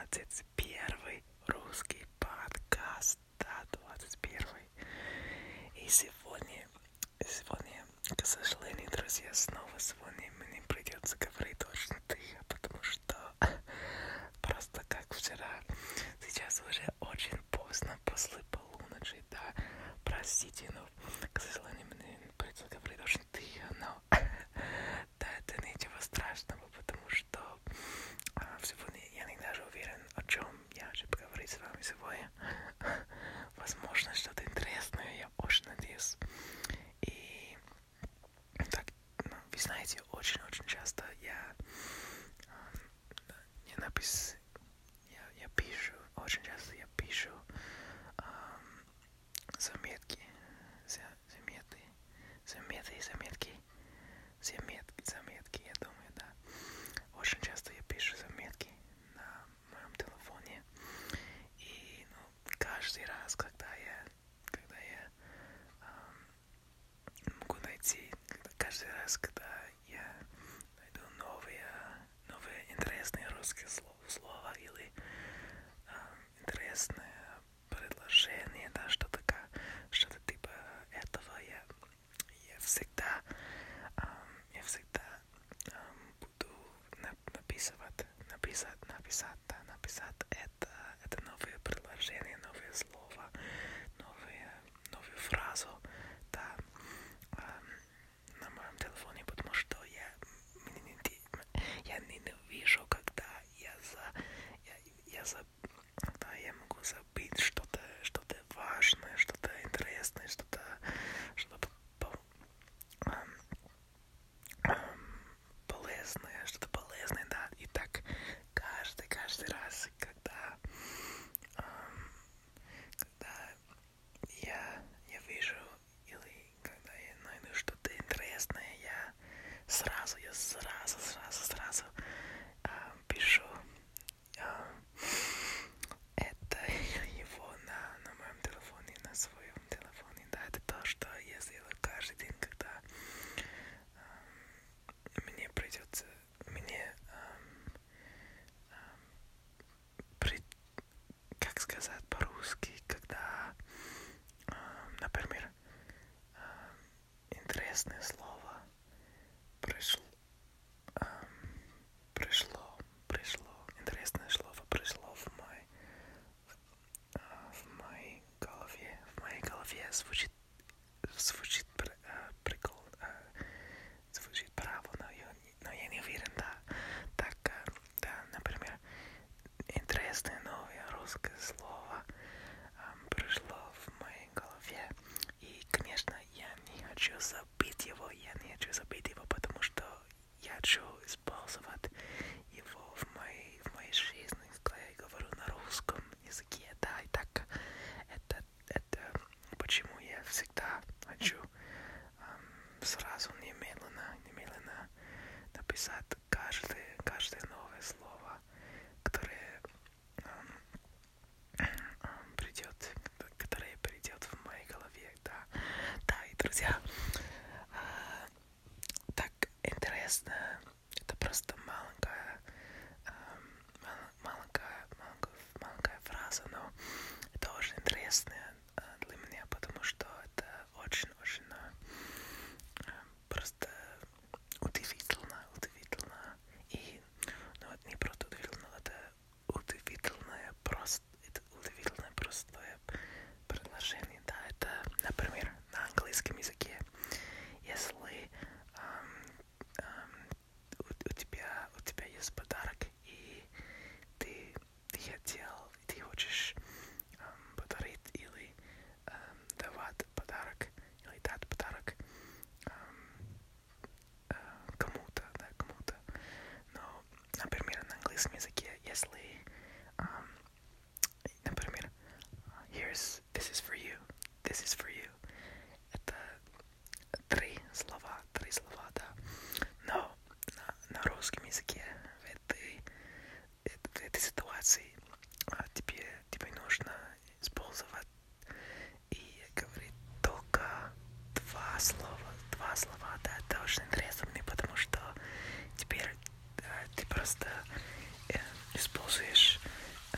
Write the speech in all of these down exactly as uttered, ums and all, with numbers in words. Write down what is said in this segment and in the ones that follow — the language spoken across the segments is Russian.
двадцать первый русский подкаст, да, двадцать первый. И сегодня, сегодня, к сожалению, друзья, снова сегодня мне придется говорить очень тихо, потому что просто как вчера, сейчас уже очень поздно, после полуночи, да, простите, но, к сожалению, мне придется говорить очень тихо, но да, это ничего страшного, потому что а, сегодня я не даже уверен, о чем я хочу поговорить с вами сегодня. Возможно, что-то интересное, я очень надеюсь. И так, ну, вы знаете, очень-очень часто я, я напис... я, я пишу, очень часто я пишу эм, заметки, за, заметы, заметы, заметки, заметки, заметки, я думаю, да. Очень часто я пишу заметки на моем телефоне. И ну, каждый раз, когда я, когда я эм, могу найти, каждый раз, когда я найду новые, новые интересные русские слова, слова или эм, интересное предложение, да, что-то, что-то типа этого, я, я всегда, эм, я всегда эм, буду написывать, написать, написать, да, написать это, это новое предложение, новое слово, новое, новую фразу, да, эм, на моем телефоне, потому что я, я ненавижу, когда я за, я, я за, когда я могу забыть что-то, что-то важное, что-то интересное, что-то, что-то эм, эм, полезное, что-то полезное, да, и так каждый, каждый раз, когда, эм, когда я, я вижу или когда я найду что-то интересное, я сразу, я сразу, сразу, сразу эм, пишу эм, это его на, на моем телефоне, на своем телефоне, да, это то, что я сделаю каждый день, когда мне придется, мне, эм, эм, при, как сказать по-русски, когда, эм, например, эм, интересное слово пришло, эм, пришло, пришло, интересное слово пришло в мой, э, в моей голове, в моей голове звучит, звучит э, прикол, э, звучит право, но я, но я не уверен, да. Так, да, например, интересное новое русское слово эм, пришло в моей голове. И, конечно, я не хочу забыть его, я не хочу забыть его, потому что я хочу использовать его в моей, в моей жизни, когда я говорю на русском языке, да, и так, это, это почему я всегда хочу эм, сразу немедленно, немедленно написать каждое, каждое новое слово, которое эм, эм, придет, которое придет в моей голове, да. Да, и, друзья, э, так интересно, это просто маленькая, эм, маленькая, маленькая, маленькая фраза, но это очень интересно э, для меня, потому что это очень-очень э, просто удивительно, удивительно. И, ну, это не просто удивительно, это удивительное, просто, это удивительное простое предложение, да, это, например, на английском языке, если эм, эм, у, у тебя, у тебя есть подарок, и ты, ты хотел, ты хочешь эм, подарить или эм, давать подарок, или дать подарок эм, э, кому-то, да, кому-то. Но, например, на английском языке, если, um, например, here's, this is for you, this is for you, это три слова, три слова, да. Но на, на русском языке в этой, в этой ситуации а, тебе, тебе нужно использовать и говорить только два слова, два слова, да, это очень интересно мне, потому что теперь э, ты просто э, используешь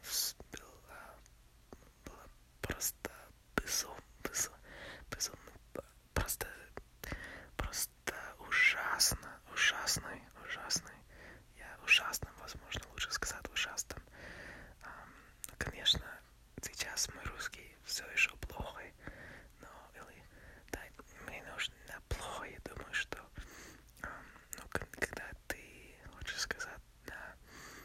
был, а, было просто безум, безум, безумно, просто, просто ужасно, ужасный, ужасный. Я ужасным, возможно, лучше сказать ужасным. Um, конечно, сейчас мой русский все еще плохой, но или да, мне нужно да, плохо, я думаю, что um, ну, когда ты хочешь сказать да,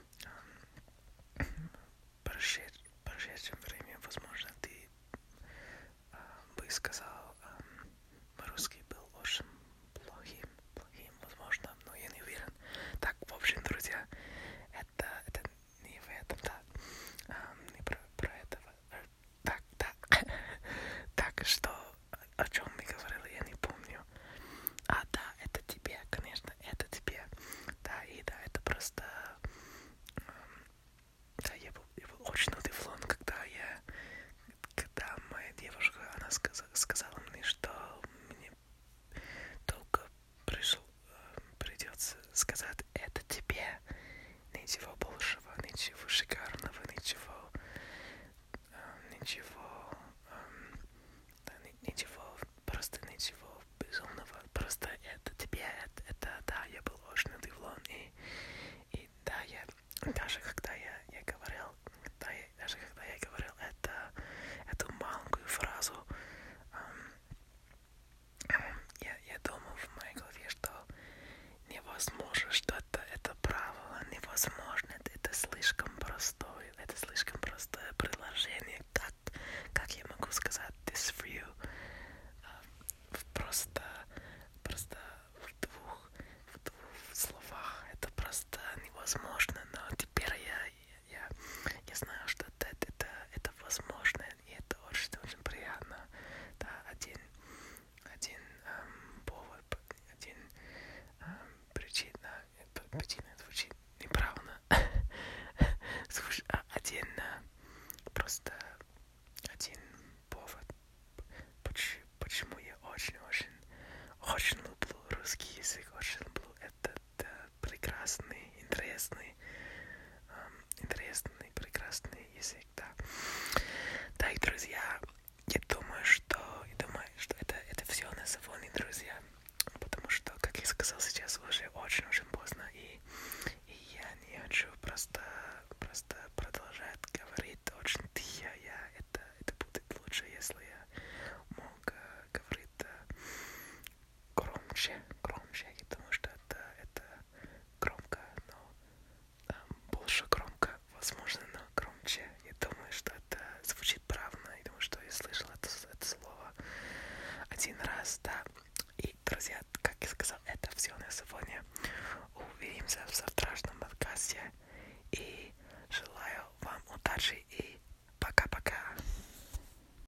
um, прошед, прошедшем времени, возможно, ты uh, бы сказал, um, мой русский был очень плохим, плохим, возможно, но я не уверен. Так, в общем, друзья, это, это не в этом, да, um, не про, про этого. Так, так, так, что, о чем мы говорили, я не помню. А, да, это тебе, конечно, это тебе. Да, и да, это просто... Um, да, я был, я был очень удивлен, когда я... Когда моя девушка, она сказ, сказала мне, что мне только пришел, э, придется сказать это тебе. Ничего большего, ничего шикарного, ничего... Э, ничего... Э, да, ничего, просто ничего безумного. Просто это тебе, это, это да, я был очень удивлен. И, и да, я даже когда я, я говорил, да, я, даже когда я говорил это, эту маленькую фразу, эм, эм, я, я думал в моей голове, что невозможно, что это, это правило, невозможно, это, это слишком простое, это слишком простое предложение, как, как я могу сказать this for you, uh, просто, просто в двух, в двух словах, это просто невозможно, но теперь я, я, я знаю, что это, это, это возможно, и это очень-очень приятно, да, один, один um, повод, один um, причина, причина звучит неправильно, один просто один повод, почему я очень-очень очень люблю русский язык, очень люблю этот uh, прекрасный, интересный, um, интересный, прекрасный язык, да. Так, друзья, я думаю, что, я думаю, что это, это все на сегодня, друзья, потому что, как я сказал, сейчас уже очень-очень поздно, и, и я не хочу просто, просто продолжать говорить очень тихо, я, это, это будет лучше, если я мог uh, говорить uh, громче, громче, я думаю, что это, это громко, но um, больше громко, возможно, но громче, я думаю, что это звучит правильно, я думаю, что я слышал это, это слово один раз, да, и, друзья, как я сказал, это все на сегодня, увидимся в завтрашнем подкасте, и